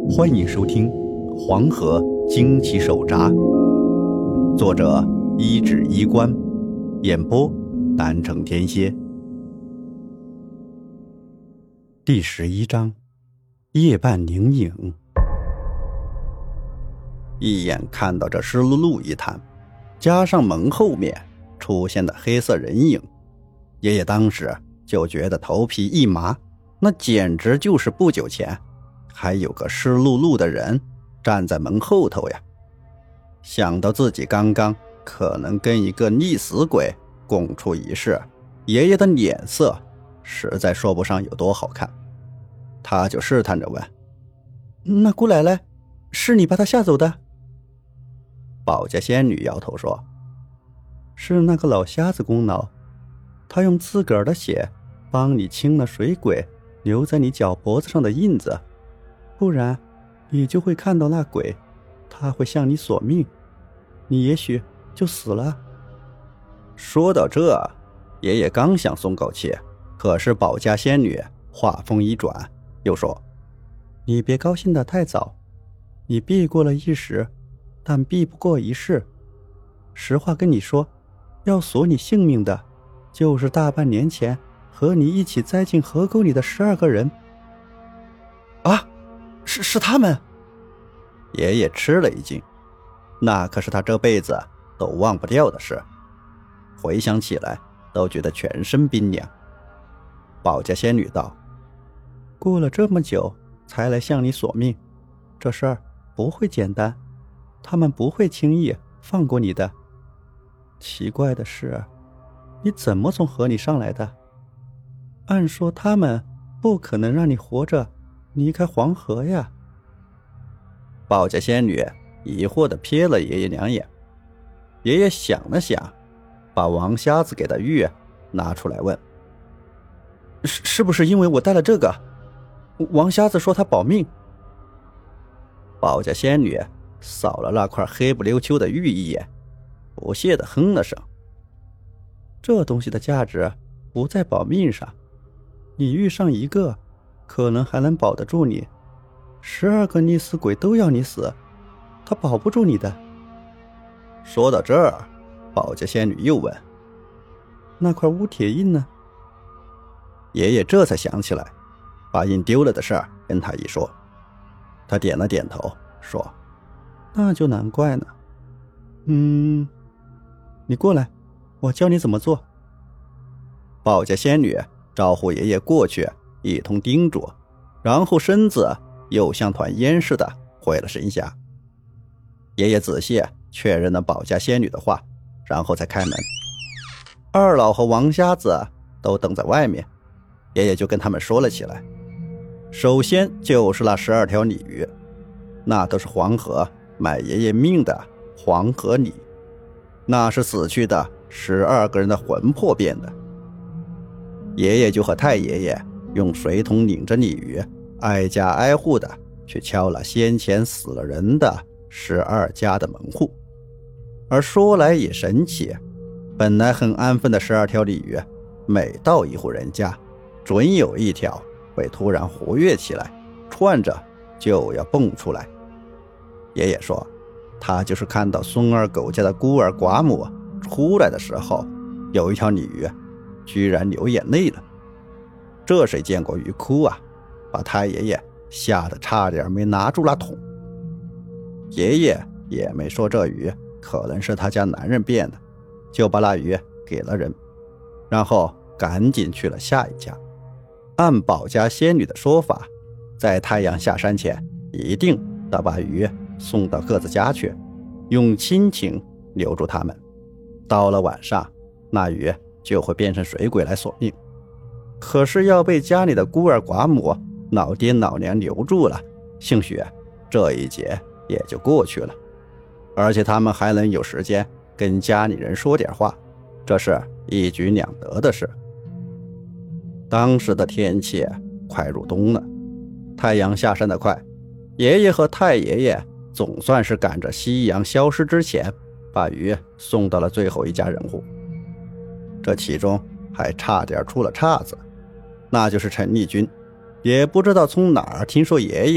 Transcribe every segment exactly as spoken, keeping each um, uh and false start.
欢迎收听《黄河惊奇手札》，作者一指衣冠，演播南城天蝎。第十一章，夜半凝影。一眼看到这湿漉漉一滩，加上门后面出现的黑色人影，爷爷当时就觉得头皮一麻，那简直就是不久前还有个湿漉漉的人站在门后头呀。想到自己刚刚可能跟一个溺死鬼共处一室，爷爷的脸色实在说不上有多好看。他就试探着问：那姑奶奶，是你把他吓走的？保家仙女摇头说：是那个老瞎子功劳，他用自个儿的血帮你清了水鬼留在你脚脖子上的印子，不然你就会看到那鬼，他会向你索命，你也许就死了。说到这，爷爷刚想松口气，可是保家仙女话锋一转，又说：你别高兴得太早，你避过了一时，但避不过一世。实话跟你说，要索你性命的就是大半年前和你一起栽进河沟里的十二个人。啊，是是他们！爷爷吃了一惊，那可是他这辈子都忘不掉的事，回想起来都觉得全身冰凉。保家仙女道：过了这么久才来向你索命，这事儿不会简单，他们不会轻易放过你的。奇怪的是，你怎么从河里上来的？按说他们不可能让你活着离开黄河呀。保家仙女疑惑地瞥了爷爷两眼，爷爷想了想，把王瞎子给的玉拿出来问：是是不是因为我带了这个？王瞎子说他保命。保家仙女扫了那块黑不溜秋的玉一眼，不屑地哼了声：这东西的价值不在保命上，你遇上一个可能还能保得住你，十二个溺死鬼都要你死，他保不住你的。说到这儿，保家仙女又问：那块乌铁印呢？爷爷这才想起来把印丢了的事儿跟他一说，他点了点头说：那就难怪呢。嗯，你过来，我教你怎么做。保家仙女招呼爷爷过去一通叮嘱，然后身子又像团烟似的回了身下。爷爷仔细确认了保家仙女的话，然后才开门。二老和王瞎子都等在外面，爷爷就跟他们说了起来。首先就是那十二条鲤鱼，那都是黄河买爷爷命的黄河鲤，那是死去的十二个人的魂魄变的。爷爷就和太爷爷用水桶拧着鲤鱼，挨家挨户的去敲了先前死了人的十二家的门户。而说来也神奇，本来很安分的十二条鲤鱼，每到一户人家，准有一条会突然活跃起来，串着就要蹦出来。爷爷说，他就是看到孙二狗家的孤儿寡母出来的时候，有一条鲤鱼居然流眼泪了。这谁见过鱼哭啊，把太爷爷吓得差点没拿住那桶。爷爷也没说这鱼可能是他家男人变的，就把那鱼给了人，然后赶紧去了下一家。按保家仙女的说法，在太阳下山前一定得把鱼送到各自家去，用亲情留住他们。到了晚上，那鱼就会变成水鬼来索命。可是要被家里的孤儿寡母、老爹老娘留住了，兴许这一劫也就过去了，而且他们还能有时间跟家里人说点话，这是一举两得的事。当时的天气快入冬了，太阳下山的快，爷爷和太爷爷总算是赶着夕阳消失之前把鱼送到了最后一家人户。这其中还差点出了岔子，那就是陈丽君也不知道从哪儿听说爷爷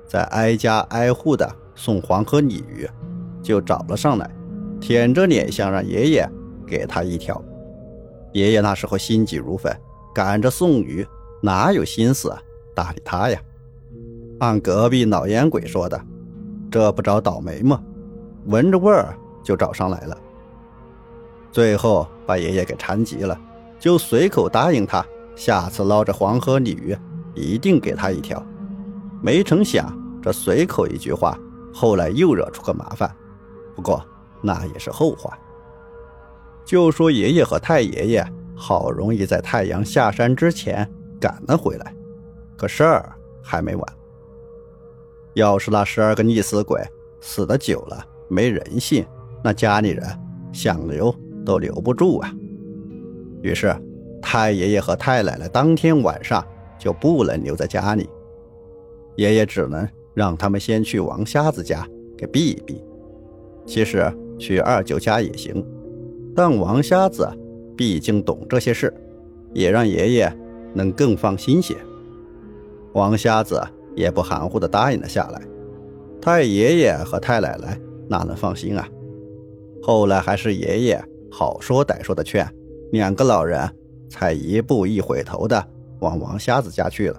在挨家挨户的送黄河鲤鱼，就找了上来，舔着脸想让爷爷给他一条。爷爷那时候心急如焚，赶着送鱼，哪有心思搭理他呀？按隔壁老烟鬼说的，这不找倒霉吗？闻着味儿就找上来了。最后把爷爷给馋急了，就随口答应他，下次捞着黄河鲤鱼一定给他一条。没成想这随口一句话，后来又惹出个麻烦，不过那也是后话。就说爷爷和太爷爷好容易在太阳下山之前赶了回来，可事儿还没完。要是那十二个溺死鬼死得久了没人性，那家里人想留都留不住啊。于是太爷爷和太奶奶当天晚上就不能留在家里，爷爷只能让他们先去王瞎子家给避一避，其实去二舅家也行，但王瞎子毕竟懂这些事，也让爷爷能更放心些。王瞎子也不含糊地答应了下来，太爷爷和太奶奶哪能放心啊？后来还是爷爷好说歹说的劝，两个老人才一步一回头的往王瞎子家去了。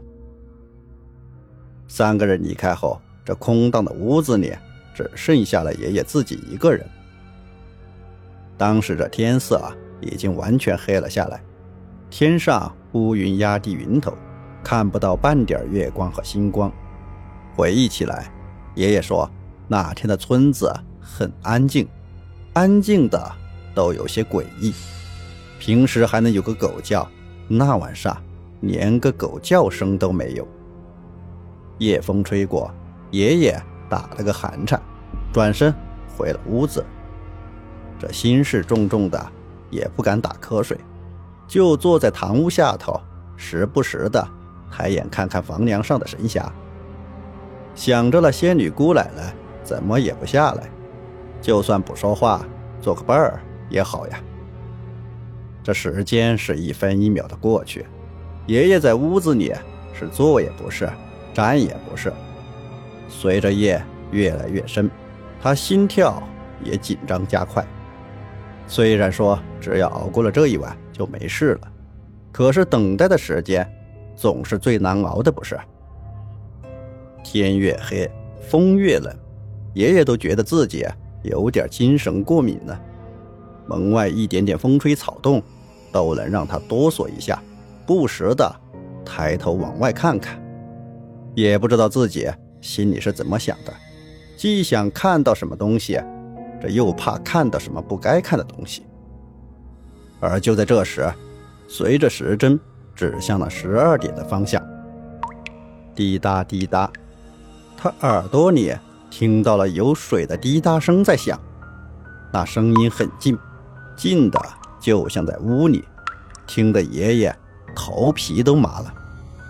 三个人离开后，这空荡的屋子里只剩下了爷爷自己一个人。当时这天色已经完全黑了下来，天上乌云压低云头，看不到半点月光和星光。回忆起来，爷爷说那天的村子很安静，安静的都有些诡异。平时还能有个狗叫，那晚上连个狗叫声都没有。夜风吹过，爷爷打了个寒颤，转身回了屋子。这心事重重的，也不敢打瞌睡，就坐在堂屋下头，时不时的抬眼看看房梁上的神霞，想着了仙女姑奶奶怎么也不下来，就算不说话，做个伴儿也好呀。这时间是一分一秒的过去，爷爷在屋子里是坐也不是，站也不是。随着夜越来越深，他心跳也紧张加快。虽然说只要熬过了这一晚就没事了，可是等待的时间总是最难熬的，不是？天越黑，风越冷，爷爷都觉得自己有点精神过敏了。门外一点点风吹草动都能让他哆嗦一下，不时的抬头往外看看，也不知道自己心里是怎么想的，既想看到什么东西，这又怕看到什么不该看的东西。而就在这时，随着时针指向了十二点的方向，滴答滴答，他耳朵里听到了有水的滴答声在响，那声音很近，近的就像在屋里，听得爷爷头皮都麻了。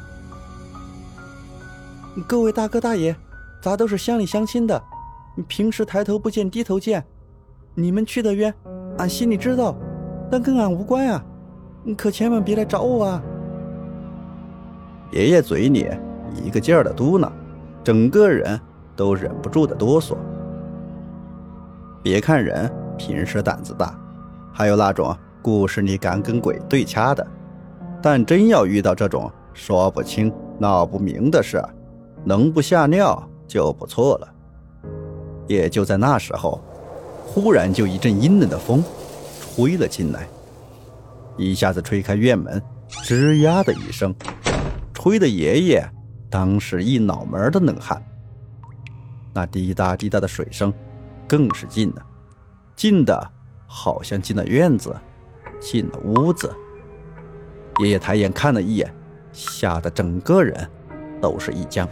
各位大哥大爷，咱都是乡里乡亲的，平时抬头不见低头见，你们去得远，俺心里知道，但跟俺无关啊，可千万别来找我啊。爷爷嘴里一个劲儿的嘟囔，整个人都忍不住的哆嗦。别看人平时胆子大，还有那种故事里敢跟鬼对掐的，但真要遇到这种说不清闹不明的事，能不吓尿就不错了。也就在那时候，忽然就一阵阴冷的风吹了进来，一下子吹开院门，吱呀的一声，吹得爷爷当时一脑门的冷汗。那滴答滴答的水声更是近了，近的好像进了院子，进了屋子。爷爷抬眼看了一眼，吓得整个人都是一僵。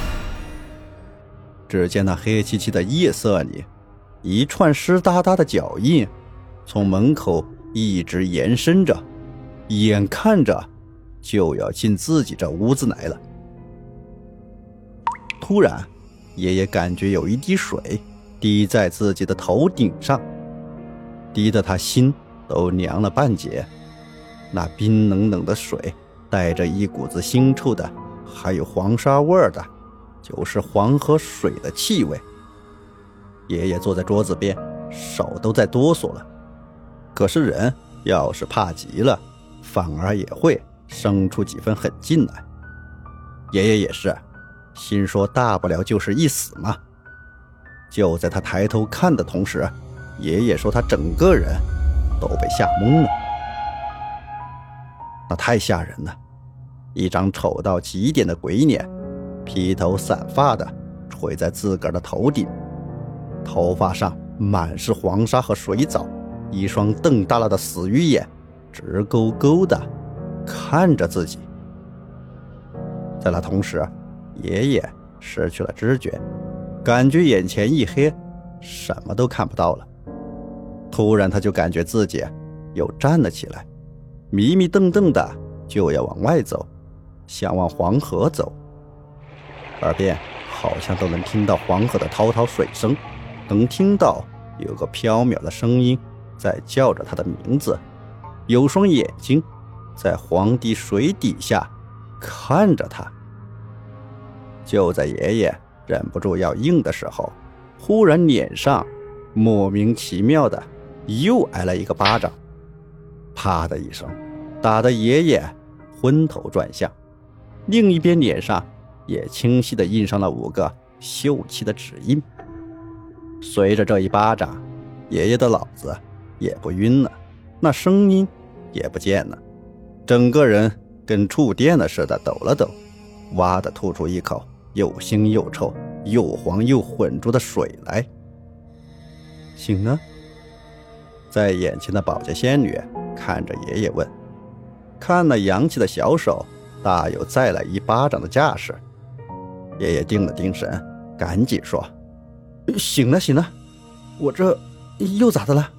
只见那黑漆漆的夜色里，一串湿哒哒的脚印从门口一直延伸着，眼看着就要进自己这屋子来了。突然，爷爷感觉有一滴水滴在自己的头顶上，滴得他心都凉了半截。那冰冷冷的水带着一股子腥臭的还有黄沙味的， 就是黄河水的气味。爷爷坐在桌子边，手都在哆嗦了。可是人要是怕极了，反而也会生出几分狠劲来。爷爷也是心说大不了就是一死嘛。就在他抬头看的同时，爷爷说他整个人都被吓懵了。那太吓人了，一张丑到极点的鬼脸，披头散发的垂在自个儿的头顶，头发上满是黄沙和水藻，一双瞪大了的死鱼眼直勾勾的看着自己。在那同时，爷爷失去了知觉，感觉眼前一黑，什么都看不到了。突然他就感觉自己又站了起来，迷迷瞪瞪的就要往外走，想往黄河走。耳边好像都能听到黄河的滔滔水声，能听到有个飘渺的声音在叫着他的名字，有双眼睛在黄堤水底下看着他。就在爷爷忍不住要应的时候，忽然脸上莫名其妙的又挨了一个巴掌，啪的一声，打得爷爷昏头转向，另一边脸上也清晰地印上了五个秀气的指印。随着这一巴掌，爷爷的脑子也不晕了，那声音也不见了，整个人跟触电了似的抖了抖，哇的吐出一口又腥又臭又黄又浑浊的水来。醒了？在眼前的保洁仙女看着爷爷问，看了扬起的小手，大有再来一巴掌的架势。爷爷定了定神，赶紧说，醒了醒了，我这又咋的了？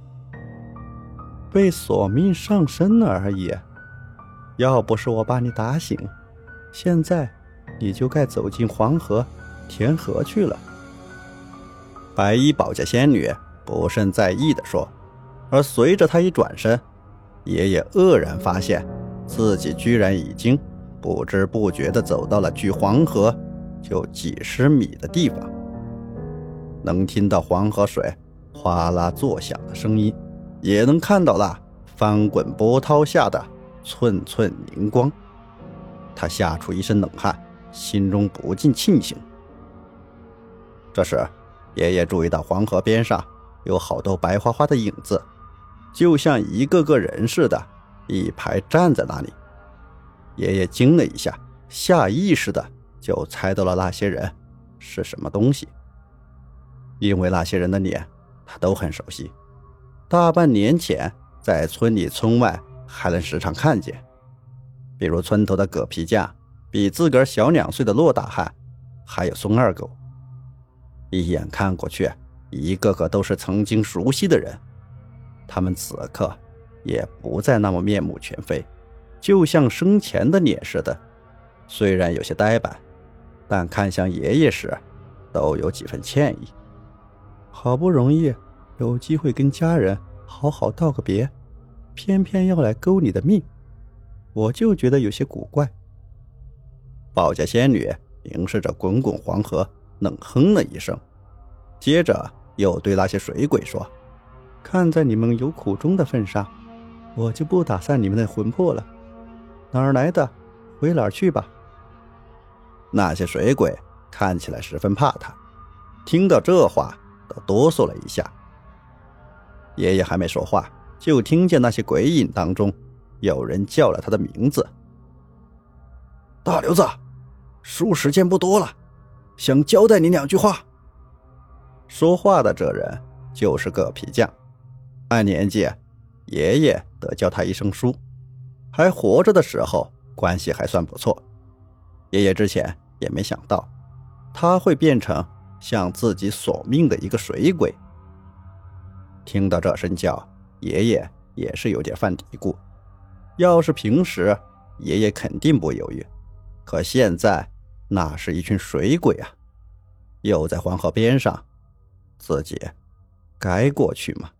被索命上身了而已，要不是我把你打醒，现在你就该走进黄河填河去了。白衣保洁仙女不甚在意地说，而随着她一转身，爷爷愕然发现自己居然已经不知不觉地走到了距黄河就几十米的地方，能听到黄河水哗啦作响的声音，也能看到了翻滚波涛下的寸寸凝光。他吓出一身冷汗，心中不禁庆幸。这时爷爷注意到黄河边上有好多白花花的影子，就像一个个人似的一排站在那里。爷爷惊了一下，下意识的就猜到了那些人是什么东西，因为那些人的脸他都很熟悉，大半年前在村里村外还能时常看见，比如村头的葛皮匠，比自个儿小两岁的骆大汉，还有孙二狗。一眼看过去，一个个都是曾经熟悉的人，他们此刻也不再那么面目全非，就像生前的脸似的，虽然有些呆板，但看向爷爷时都有几分歉意。好不容易有机会跟家人好好道个别，偏偏要来勾你的命，我就觉得有些古怪。保家仙女凝视着滚滚黄河，冷哼了一声，接着又对那些水鬼说，看在你们有苦衷的份上，我就不打散你们的魂魄了，哪儿来的回哪儿去吧。那些水鬼看起来十分怕他，听到这话都哆嗦了一下。爷爷还没说话，就听见那些鬼影当中有人叫了他的名字，大刘子，叔时间不多了，想交代你两句话。说话的这人就是个皮匠，按年纪爷爷得叫他一声叔，还活着的时候关系还算不错。爷爷之前也没想到他会变成向自己索命的一个水鬼。听到这声叫，爷爷也是有点犯嘀咕，要是平时爷爷肯定不犹豫，可现在那是一群水鬼啊，又在黄河边上，自己该过去吗？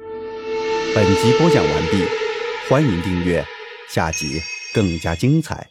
本集播讲完毕，欢迎订阅，下集更加精彩。